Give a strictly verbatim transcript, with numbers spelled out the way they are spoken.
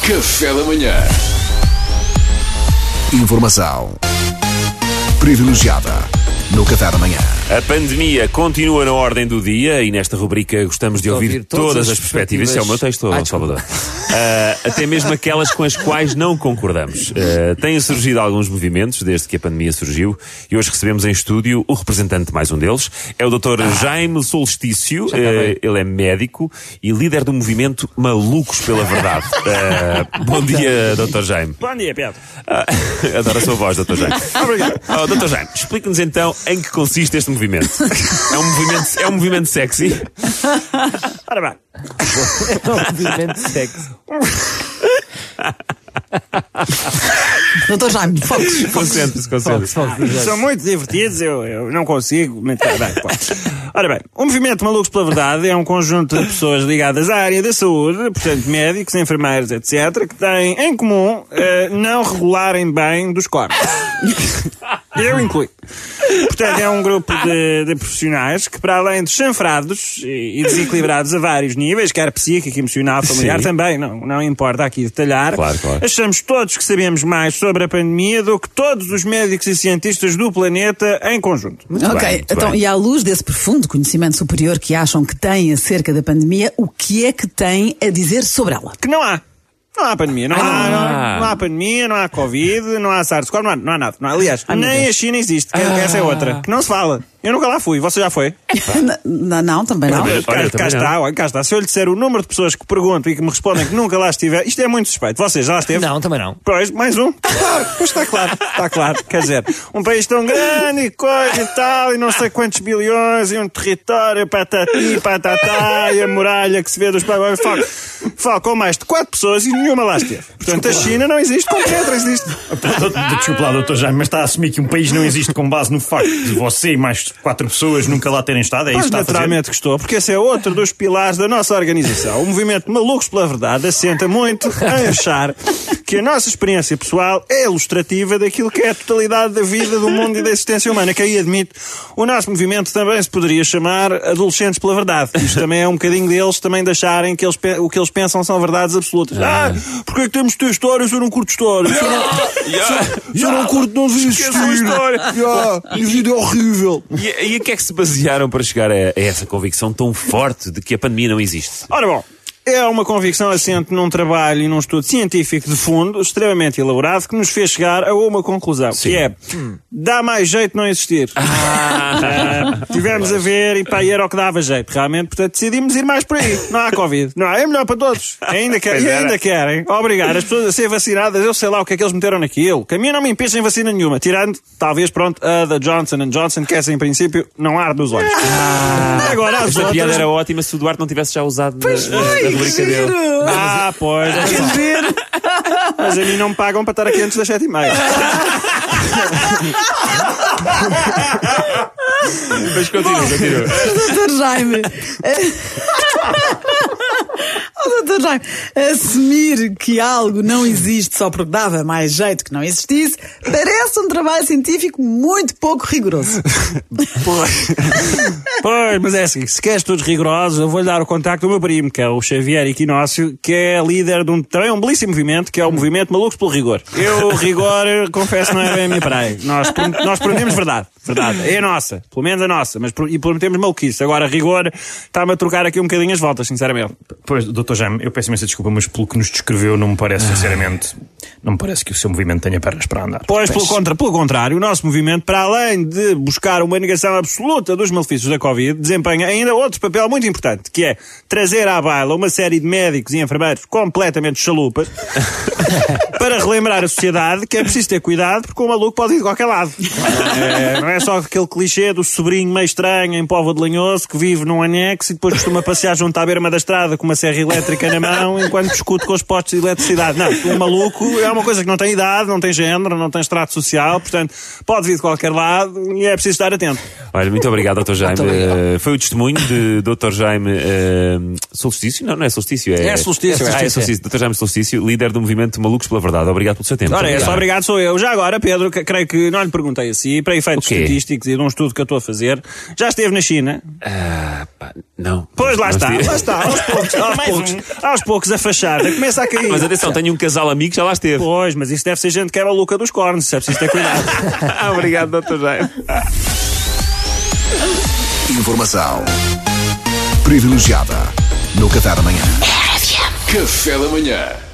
Café da Manhã. Informação privilegiada no Café da Manhã. A pandemia continua na ordem do dia e nesta rubrica gostamos de ouvir, ouvir todas, todas as perspectivas. Isso é o meu texto, Ai, Salvador. Uh, até mesmo aquelas com as quais não concordamos. Uh, têm surgido alguns movimentos desde que a pandemia surgiu e hoje recebemos em estúdio o representante de mais um deles. É o doutor Ah. Jaime Solstício. Uh, ele é médico e líder do movimento Malucos pela Verdade. Uh, bom dia, doutor Jaime. Bom dia, Pedro. Uh, adoro a sua voz, doutor Jaime. Obrigado. Oh, doutor Jaime, explique-nos então em que consiste este movimento. É um movimento, é um movimento sexy? Ora bem. É um movimento sexy. Doutor Jaime, foques. Concentre-se, concentre-se. São muito divertidos, eu, eu não consigo. Bem, ora bem, o movimento Malucos pela Verdade é um conjunto de pessoas ligadas à área da saúde, portanto médicos, enfermeiros, etcétera, que têm em comum uh, não regularem bem dos corpos. Eu incluo. Portanto, é um grupo de, de profissionais que, para além de chanfrados e, e desequilibrados a vários níveis, quer psíquico, emocional, familiar, Sim. também, não, não importa aqui detalhar, claro, claro. Achamos todos que sabemos mais sobre a pandemia do que todos os médicos e cientistas do planeta em conjunto. Muito ok, bem, então, bem. E à luz desse profundo conhecimento superior que acham que têm acerca da pandemia, o que é que têm a dizer sobre ela? Que não há. Não há pandemia, não, ah, há, não, não há pandemia, não há Covid, não há SARS-CoV, não há, não há nada. Não há, aliás, Ai, nem a China existe, que ah. essa é outra, que não se fala. Eu nunca lá fui, você já foi? Não, não, também não. Olha, cá, olha, cá também está, não. olha, cá está. Se eu lhe disser o número de pessoas que perguntam e que me respondem que nunca lá estiver, isto é muito suspeito. Você já lá esteve? Não, também não. Pois, mais um. Claro, pois está claro, está claro. Quer dizer, um país tão grande e coisa e tal, e não sei quantos bilhões, e um território, patati, patatá, e a muralha que se vê dos pagões. Fala, fala com mais de quatro pessoas e nenhuma lá esteve. Portanto, a China não existe, como outra existe. Desculpe lá, doutor Jaime, mas está a assumir que um país não existe com base no facto de você e mais quatro pessoas nunca lá terem estado? É isso que está a fazer? Naturalmente que estou, porque esse é outro dos pilares da nossa organização. O movimento Malucos pela Verdade assenta muito em achar que a nossa experiência pessoal é ilustrativa daquilo que é a totalidade da vida, do mundo e da existência humana, que aí admito, o nosso movimento também se poderia chamar Adolescentes pela Verdade. Isto também é um bocadinho deles, também de acharem que eles, o que eles pensam são verdades absolutas. Ah, porque é que temos de ter histórias? Eu não curto histórias. Se eu não, yeah. se, se eu não curto, não devia existir. Yeah. A vida é horrível. E, e a que é que se basearam para chegar a, a essa convicção tão forte de que a pandemia não existe? Ora bom, é uma convicção assente num trabalho e num estudo científico de fundo, extremamente elaborado, que nos fez chegar a uma conclusão, Sim. que é, hum. dá mais jeito não existir. Ah. Uh, tivemos a ver e pá, era o que dava jeito, realmente, portanto decidimos ir mais por aí. Não há Covid. Não há, é melhor para todos. Ainda, quer, e ainda querem obrigar as pessoas a ser vacinadas, eu sei lá o que é que eles meteram naquilo. Que a mim não me impedem vacina nenhuma, tirando, talvez, pronto, a da Johnson and Johnson, que essa em princípio não arde nos olhos. Ah. Agora, as Esta outras... piada era ótima se o Duarte não tivesse já usado pois na, foi, na rubrica dele. Ah, pois. Mas a mim não me pagam para estar aqui antes das sete e meia. Mas continua, continua. doutor Jaime. Oh, doutor Jaime, assumir que algo não existe só porque dava mais jeito que não existisse parece um trabalho científico muito pouco rigoroso. Pois, pois mas é assim, se queres todos rigorosos, eu vou-lhe dar o contacto do meu primo, que é o Xavier Equinócio, que é líder de um, também um belíssimo movimento, que é o movimento Malucos pelo Rigor. Eu, rigor, confesso, não é bem a minha praia. Nós, nós prometemos verdade. Verdade. É a nossa. Pelo menos a nossa. Mas, e prometemos maluquice. Agora, rigor, está-me a trocar aqui um bocadinho as voltas, sinceramente. Pois, doutor Jaime, eu peço imensa desculpa, mas pelo que nos descreveu, não me parece, sinceramente, não me parece que o seu movimento tenha pernas para andar. Pois, pelo, contra, pelo contrário, o nosso movimento, para além de buscar uma negação absoluta dos malefícios da Covid, desempenha ainda outro papel muito importante, que é trazer à baila uma série de médicos e enfermeiros completamente chalupas para relembrar a sociedade que é preciso ter cuidado porque o maluco pode ir de qualquer lado. É, não é só aquele clichê do sobrinho meio estranho em Póvoa de Lanhoso que vive num anexo e depois costuma passear junto à beira da estrada com uma serra elétrica na mão enquanto discute com os postos de eletricidade. Não, o maluco é uma coisa que não tem idade, não tem género, não tem extrato social, portanto pode vir de qualquer lado e é preciso estar atento. Olha, muito obrigado, doutor Jaime. Uh, foi o testemunho de doutor Jaime uh, Solstício? Não, não é Solstício, é... É Solstício. É, é, é, é, é, é, é, é, é, é, é, é, doutor Jaime Solstício, líder do movimento Malucos pela Verdade. verdade. Obrigado pelo seu tempo. Ora, é só obrigado sou eu. Já agora, Pedro, que, creio que não lhe perguntei assim, para efeitos estatísticos e de um estudo que eu estou a fazer, já esteve na China? Ah, pá, não. Pois lá Não está, estive. lá está. Aos poucos, aos poucos, aos poucos a fachada começa a cair. Mas atenção, tenho um casal amigo que já lá esteve. Pois, mas isso deve ser gente que é maluca dos cornos, se é preciso ter cuidado. Obrigado, doutor Jaime. Informação privilegiada no Café da Manhã. Café da Manhã.